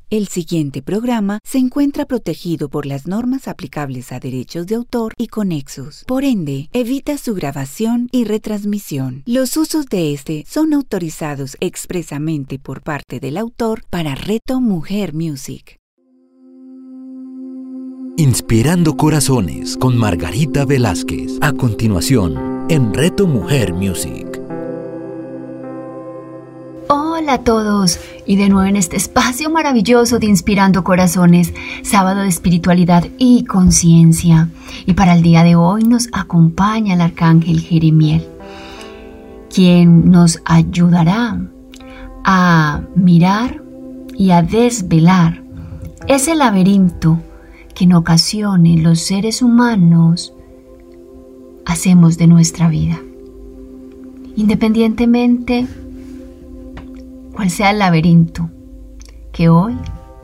El siguiente programa se encuentra protegido por las normas aplicables a derechos de autor y conexos. Por ende, evita su grabación y retransmisión. Los usos de este son autorizados expresamente por parte del autor para Reto Mujer Music. Inspirando Corazones con Margarita Velázquez. A continuación, en Reto Mujer Music. Hola a todos, y de nuevo en este espacio maravilloso de Inspirando Corazones, sábado de espiritualidad y conciencia. Y para el día de hoy nos acompaña el arcángel Jeremiel, quien nos ayudará a mirar y a desvelar ese laberinto que en ocasiones los seres humanos hacemos de nuestra vida. Independientemente cuál sea el laberinto que hoy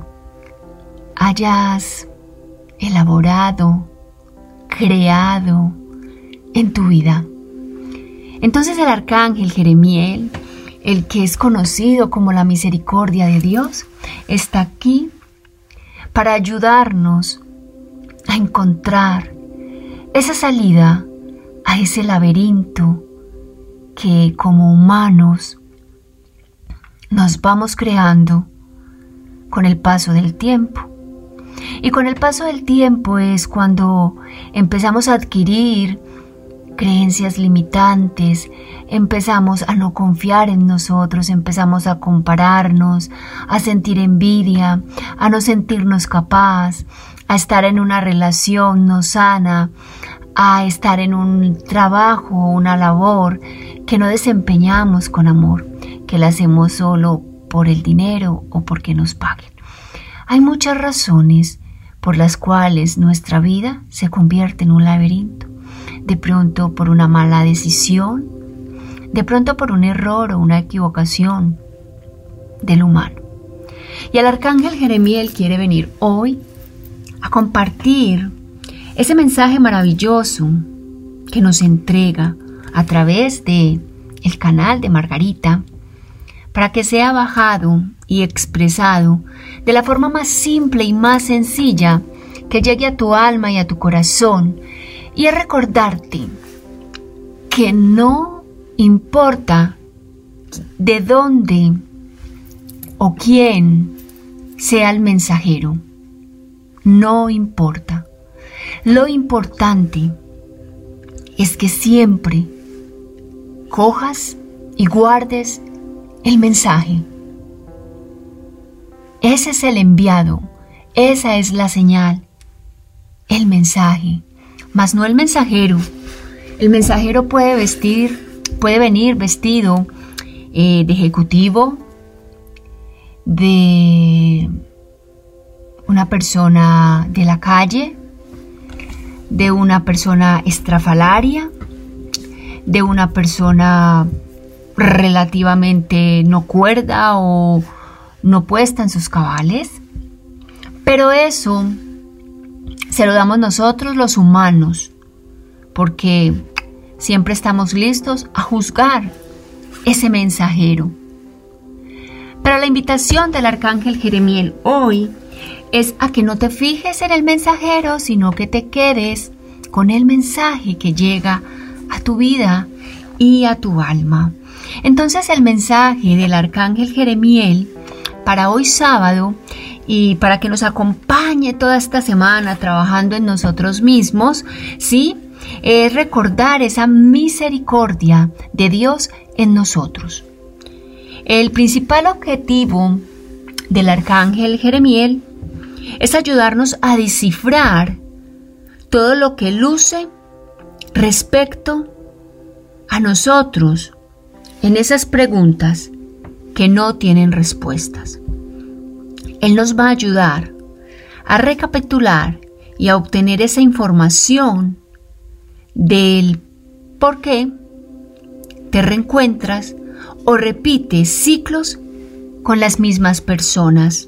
hayas elaborado, creado en tu vida. Entonces el arcángel Jeremiel, el que es conocido como la misericordia de Dios, está aquí para ayudarnos a encontrar esa salida a ese laberinto que como humanos nos vamos creando con el paso del tiempo. Y con el paso del tiempo es cuando empezamos a adquirir creencias limitantes, empezamos a no confiar en nosotros, empezamos a compararnos, a sentir envidia, a no sentirnos capaz, a estar en una relación no sana, a estar en un trabajo, una labor que no desempeñamos con amor, que la hacemos solo por el dinero o porque nos paguen. Hay muchas razones por las cuales nuestra vida se convierte en un laberinto. De pronto por una mala decisión, de pronto por un error o una equivocación del humano. Y el arcángel Jeremiel quiere venir hoy a compartir ese mensaje maravilloso que nos entrega a través de el canal de Margarita, para que sea bajado y expresado de la forma más simple y más sencilla que llegue a tu alma y a tu corazón, y es recordarte que no importa de dónde o quién sea el mensajero, no importa. Lo importante es que siempre cojas y guardes el mensaje. Ese es el enviado, esa es la señal, el mensaje, mas no el mensajero. El mensajero puede venir vestido de ejecutivo, de una persona de la calle, de una persona estrafalaria, de una persona relativamente no cuerda o no puesta en sus cabales. Pero eso se lo damos nosotros los humanos, porque siempre estamos listos a juzgar ese mensajero. Pero la invitación del arcángel Jeremiel hoy es a que no te fijes en el mensajero, sino que te quedes con el mensaje que llega a tu vida y a tu alma. Entonces el mensaje del arcángel Jeremiel para hoy sábado, y para que nos acompañe toda esta semana trabajando en nosotros mismos, ¿sí?, es recordar esa misericordia de Dios en nosotros. El principal objetivo del arcángel Jeremiel es ayudarnos a descifrar todo lo que luce respecto a nosotros en esas preguntas que no tienen respuestas. Él nos va a ayudar a recapitular y a obtener esa información del por qué te reencuentras o repites ciclos con las mismas personas.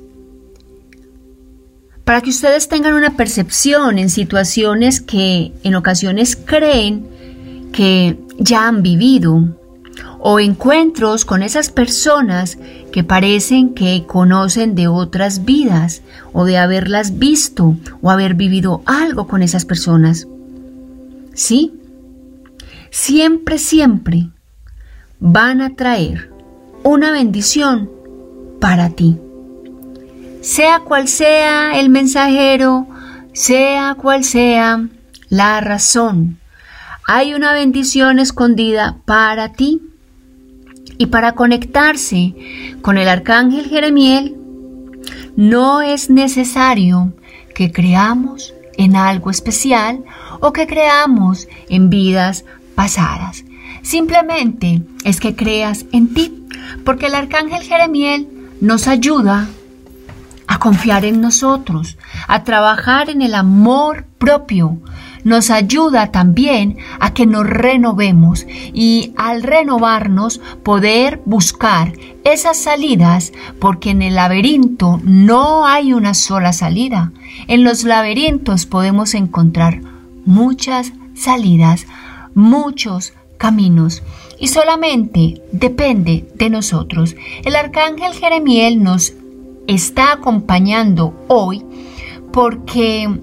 Para que ustedes tengan una percepción en situaciones que en ocasiones creen que ya han vivido, o encuentros con esas personas que parecen que conocen de otras vidas o de haberlas visto o haber vivido algo con esas personas. ¿Sí? Siempre, siempre van a traer una bendición para ti. Sea cual sea el mensajero, sea cual sea la razón, hay una bendición escondida para ti. Y para conectarse con el arcángel Jeremiel, no es necesario que creamos en algo especial o que creamos en vidas pasadas. Simplemente es que creas en ti, porque el arcángel Jeremiel nos ayuda a confiar en nosotros, a trabajar en el amor propio. Nos ayuda también a que nos renovemos y al renovarnos poder buscar esas salidas, porque en el laberinto no hay una sola salida. En los laberintos podemos encontrar muchas salidas, muchos caminos y solamente depende de nosotros. El arcángel Jeremiel nos está acompañando hoy porque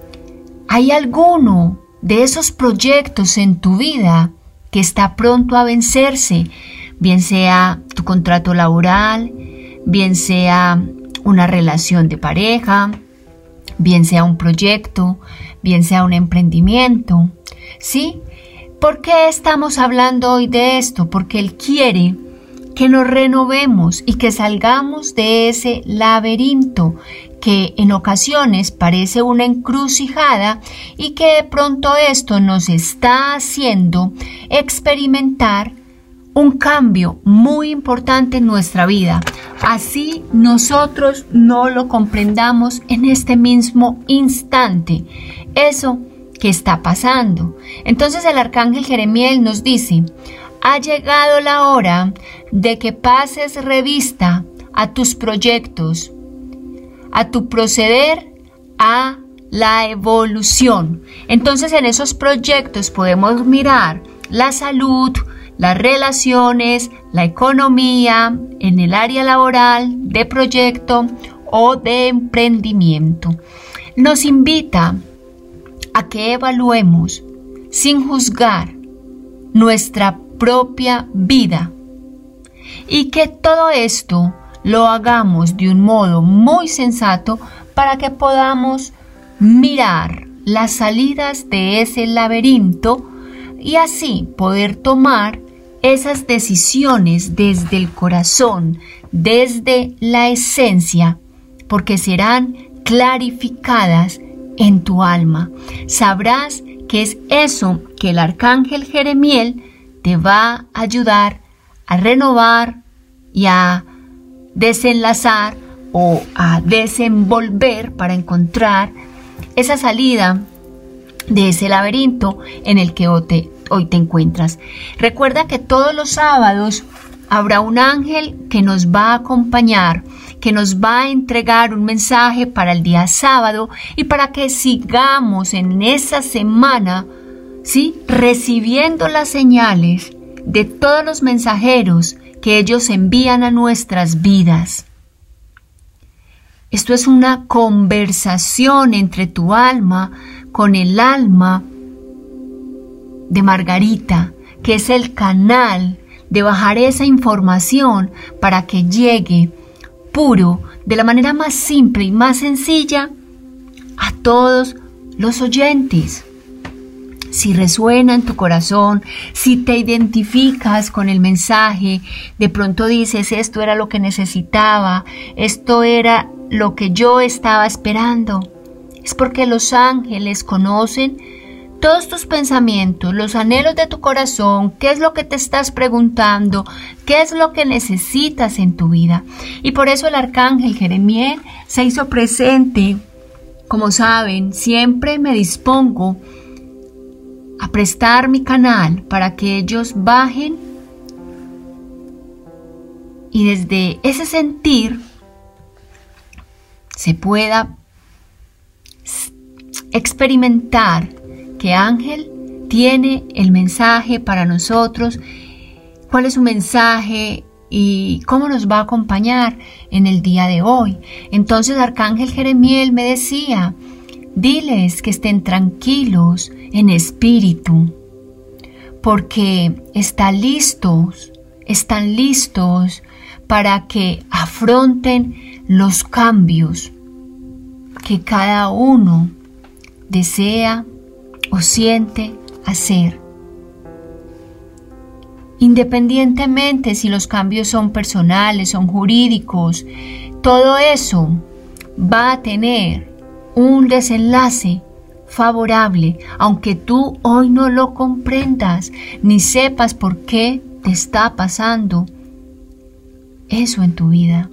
hay alguno de esos proyectos en tu vida que está pronto a vencerse, bien sea tu contrato laboral, bien sea una relación de pareja, bien sea un proyecto, bien sea un emprendimiento. ¿Sí? ¿Por qué estamos hablando hoy de esto? Porque Él quiere que nos renovemos y que salgamos de ese laberinto que en ocasiones parece una encrucijada y que de pronto esto nos está haciendo experimentar un cambio muy importante en nuestra vida. Así nosotros no lo comprendamos en este mismo instante, eso que está pasando. Entonces el arcángel Jeremiel nos dice: ha llegado la hora de que pases revista a tus proyectos, a tu proceder, a la evolución. Entonces en esos proyectos podemos mirar la salud, las relaciones, la economía, en el área laboral, de proyecto o de emprendimiento. Nos invita a que evaluemos sin juzgar nuestra propia vida y que todo esto lo hagamos de un modo muy sensato para que podamos mirar las salidas de ese laberinto y así poder tomar esas decisiones desde el corazón, desde la esencia, porque serán clarificadas en tu alma. Sabrás que es eso que el arcángel Jeremiel te va a ayudar a renovar y a desenlazar o a desenvolver para encontrar esa salida de ese laberinto en el que hoy te encuentras. Recuerda que todos los sábados habrá un ángel que nos va a acompañar, que nos va a entregar un mensaje para el día sábado y para que sigamos en esa semana, ¿sí?, recibiendo las señales de todos los mensajeros que ellos envían a nuestras vidas. Esto es una conversación entre tu alma con el alma de Margarita, que es el canal de bajar esa información para que llegue puro, de la manera más simple y más sencilla, a todos los oyentes. Si resuena en tu corazón, si te identificas con el mensaje, de pronto dices: esto era lo que necesitaba, esto era lo que yo estaba esperando. Es porque los ángeles conocen todos tus pensamientos, los anhelos de tu corazón, qué es lo que te estás preguntando, qué es lo que necesitas en tu vida. Y por eso el arcángel Jeremiel se hizo presente. Como saben, siempre me dispongo a prestar mi canal para que ellos bajen y desde ese sentir se pueda experimentar que Ángel tiene el mensaje para nosotros cuál es su mensaje y cómo nos va a acompañar en el día de hoy. Entonces Arcángel Jeremiel me decía, diles que estén tranquilos en espíritu, porque están listos para que afronten los cambios que cada uno desea o siente hacer. Independientemente si los cambios son personales, son jurídicos, todo eso va a tener un desenlace favorable, aunque tú hoy no lo comprendas ni sepas por qué te está pasando eso en tu vida.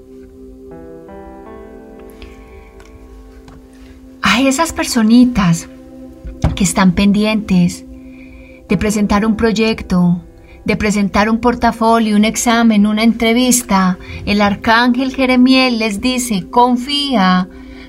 A esas personitas que están pendientes de presentar un proyecto, de presentar un portafolio, un examen, una entrevista, el Arcángel Jeremiel les dice, confía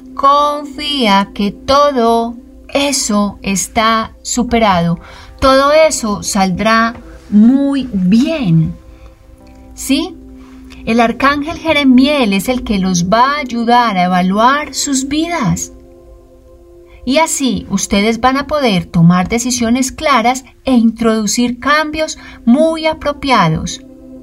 que todo eso está superado, todo eso saldrá muy bien. ¿Sí? El Arcángel Jeremiel es el que los va a ayudar a evaluar sus vidas. Y así ustedes van a poder tomar decisiones claras e introducir cambios muy apropiados.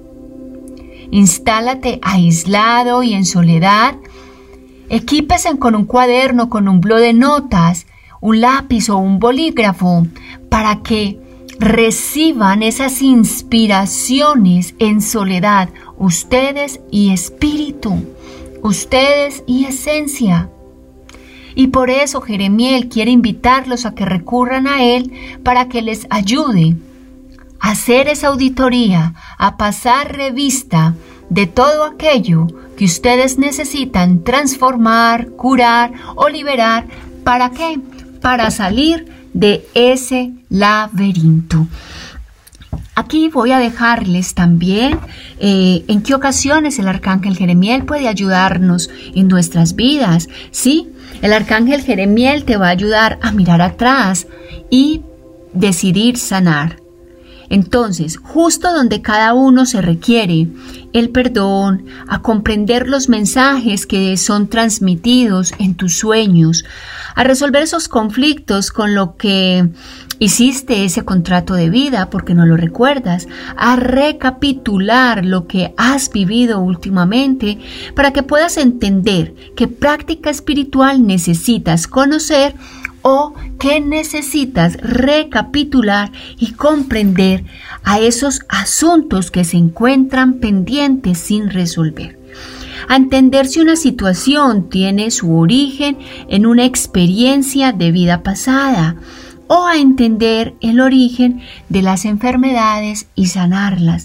Instálate aislado y en soledad. Equípese con un cuaderno, con un bloc de notas, un lápiz o un bolígrafo para que reciban esas inspiraciones en soledad, ustedes y espíritu, ustedes y esencia. Y por eso Jeremiel quiere invitarlos a que recurran a él para que les ayude a hacer esa auditoría, a pasar revista de todo aquello que ustedes necesitan transformar, curar o liberar. ¿Para qué? Para salir de ese laberinto. Aquí voy a dejarles también en qué ocasiones el Arcángel Jeremiel puede ayudarnos en nuestras vidas. Sí, el Arcángel Jeremiel te va a ayudar a mirar atrás y decidir sanar. Entonces, justo donde cada uno se requiere el perdón, a comprender los mensajes que son transmitidos en tus sueños, a resolver esos conflictos con lo que hiciste ese contrato de vida porque no lo recuerdas, a recapitular lo que has vivido últimamente para que puedas entender qué práctica espiritual necesitas conocer o que necesitas recapitular y comprender a esos asuntos que se encuentran pendientes sin resolver. A entender si una situación tiene su origen en una experiencia de vida pasada o a entender el origen de las enfermedades y sanarlas.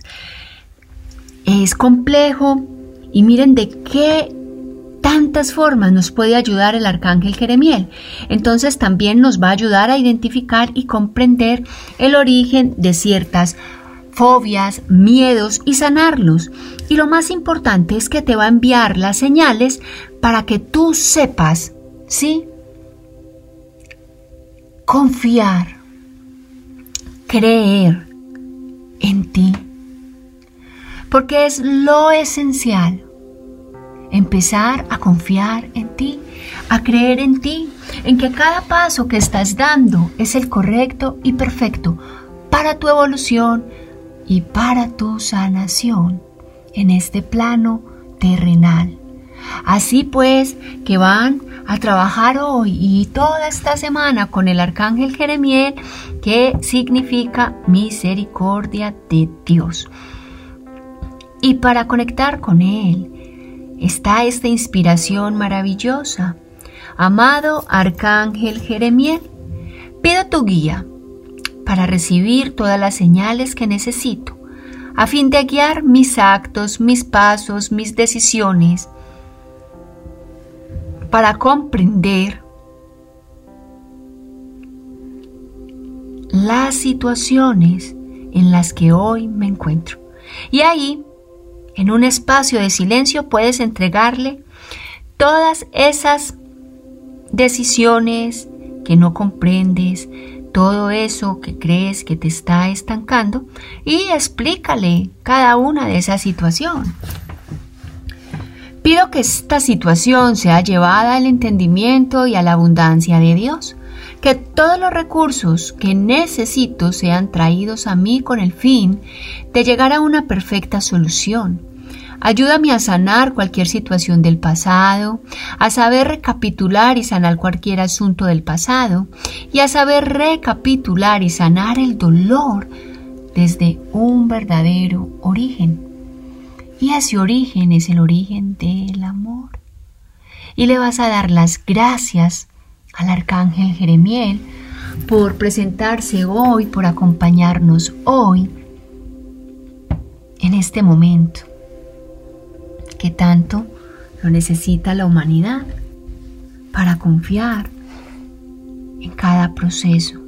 Es complejo y miren de qué tantas formas nos puede ayudar el Arcángel Jeremiel. Entonces también nos va a ayudar a identificar y comprender el origen de ciertas fobias, miedos y sanarlos. Y lo más importante es que te va a enviar las señales para que tú sepas, ¿sí? Confiar, creer en ti. Porque es lo esencial. Empezar a confiar en ti, a creer en ti, en que cada paso que estás dando es el correcto y perfecto para tu evolución y para tu sanación en este plano terrenal. Así pues, que van a trabajar hoy y toda esta semana con el Arcángel Jeremiel, que significa misericordia de Dios. Y para conectar con él, está esta inspiración maravillosa. Amado Arcángel Jeremiel, pido tu guía para recibir todas las señales que necesito, a fin de guiar mis actos, mis pasos, mis decisiones, para comprender las situaciones en las que hoy me encuentro. Y ahí, en un espacio de silencio, puedes entregarle todas esas decisiones que no comprendes, todo eso que crees que te está estancando y explícale cada una de esa situación. Pido que esta situación sea llevada al entendimiento y a la abundancia de Dios, que todos los recursos que necesito sean traídos a mí con el fin de llegar a una perfecta solución. Ayúdame a sanar cualquier situación del pasado, a saber recapitular y sanar cualquier asunto del pasado y a saber recapitular y sanar el dolor desde un verdadero origen. Y ese origen es el origen del amor. Y le vas a dar las gracias al arcángel Jeremiel por presentarse hoy, por acompañarnos hoy en este momento que tanto lo necesita la humanidad para confiar en cada proceso,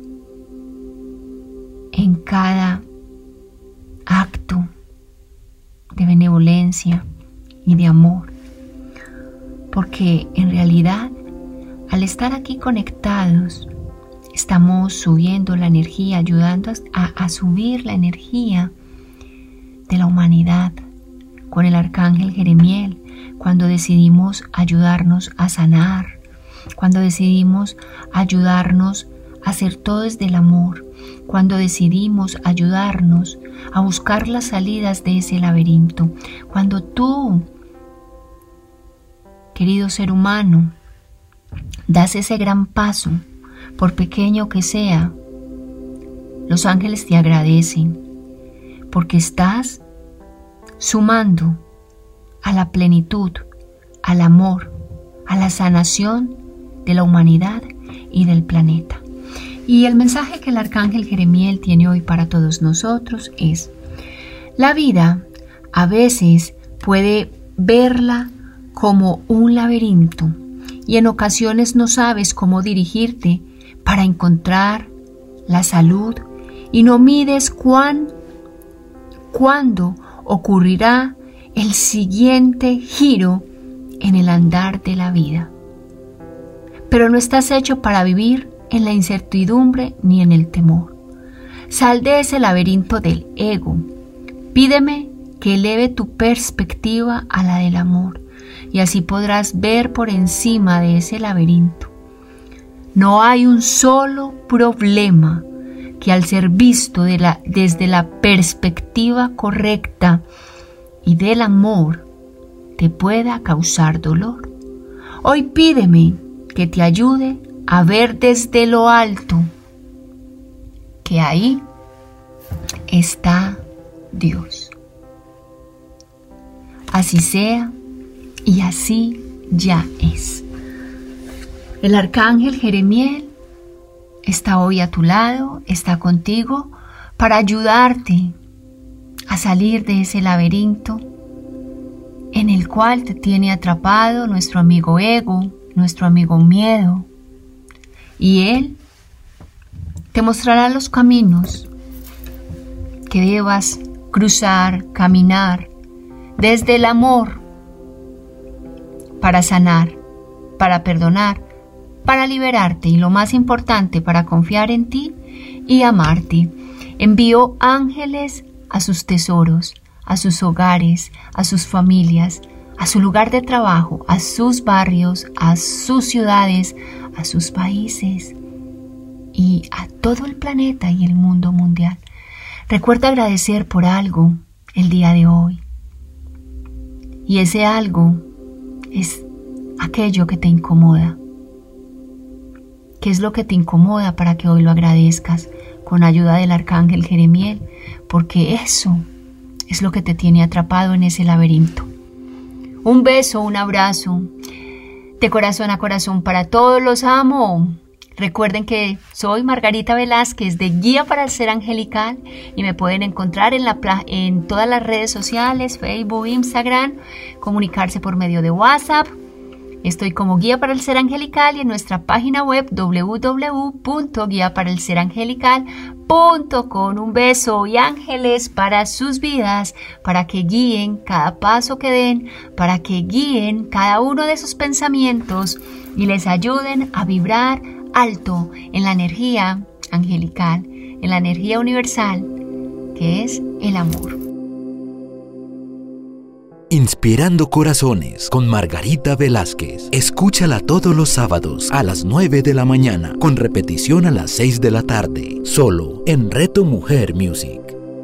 en cada acto de benevolencia y de amor, porque en realidad al estar aquí conectados estamos subiendo la energía, ayudando a subir la energía de la humanidad con el arcángel Jeremiel, cuando decidimos ayudarnos a sanar, cuando decidimos ayudarnos a hacer todo desde el amor, cuando decidimos ayudarnos a buscar las salidas de ese laberinto, cuando tú, querido ser humano, das ese gran paso, por pequeño que sea, los ángeles te agradecen, porque estás sumando a la plenitud, al amor, a la sanación de la humanidad y del planeta. Y el mensaje que el arcángel Jeremiel tiene hoy para todos nosotros es: la vida a veces puede verla como un laberinto y en ocasiones no sabes cómo dirigirte para encontrar la salud y no mides cuándo ocurrirá el siguiente giro en el andar de la vida. Pero no estás hecho para vivir en la incertidumbre ni en el temor. Sal de ese laberinto del ego. Pídeme que eleve tu perspectiva a la del amor y así podrás ver por encima de ese laberinto. No hay un solo problema que al ser visto desde la perspectiva correcta y del amor te pueda causar dolor. Hoy pídeme que te ayude a ver desde lo alto que ahí está Dios. Así sea y así ya es. El arcángel Jeremiel está hoy a tu lado, está contigo para ayudarte a salir de ese laberinto en el cual te tiene atrapado nuestro amigo ego, nuestro amigo miedo. Y Él te mostrará los caminos que debas cruzar, caminar desde el amor para sanar, para perdonar, para liberarte y lo más importante, para confiar en ti y amarte. Envió ángeles a sus tesoros, a sus hogares, a sus familias, a su lugar de trabajo, a sus barrios, a sus ciudades, a sus países y a todo el planeta y el mundo mundial. Recuerda agradecer por algo el día de hoy. Y ese algo es aquello que te incomoda. ¿Qué es lo que te incomoda para que hoy lo agradezcas con ayuda del arcángel Jeremiel? Porque eso es lo que te tiene atrapado en ese laberinto. Un beso, un abrazo, de corazón a corazón para todos, los amo. Recuerden que soy Margarita Velázquez de Guía para el Ser Angelical y me pueden encontrar en todas las redes sociales, Facebook, Instagram, comunicarse por medio de WhatsApp. Estoy como Guía para el Ser Angelical y en nuestra página web www.guiaparelserangelical.com. Un beso y ángeles para sus vidas, para que guíen cada paso que den, para que guíen cada uno de sus pensamientos y les ayuden a vibrar alto en la energía angelical, en la energía universal, que es el amor. Inspirando Corazones con Margarita Velázquez. Escúchala todos los sábados a las 9 de la mañana, con repetición a las 6 de la tarde, solo en Reto Mujer Music.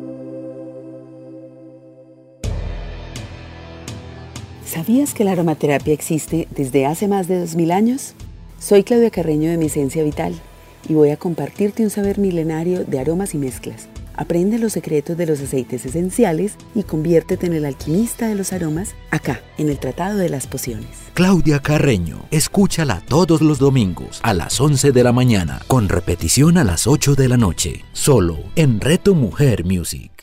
¿Sabías que la aromaterapia existe desde hace más de 2000 años? Soy Claudia Carreño de Mi Esencia Vital y voy a compartirte un saber milenario de aromas y mezclas. Aprende los secretos de los aceites esenciales y conviértete en el alquimista de los aromas acá, en el Tratado de las Pociones. Claudia Carreño, escúchala todos los domingos a las 11 de la mañana, con repetición a las 8 de la noche, solo en Reto Mujer Music.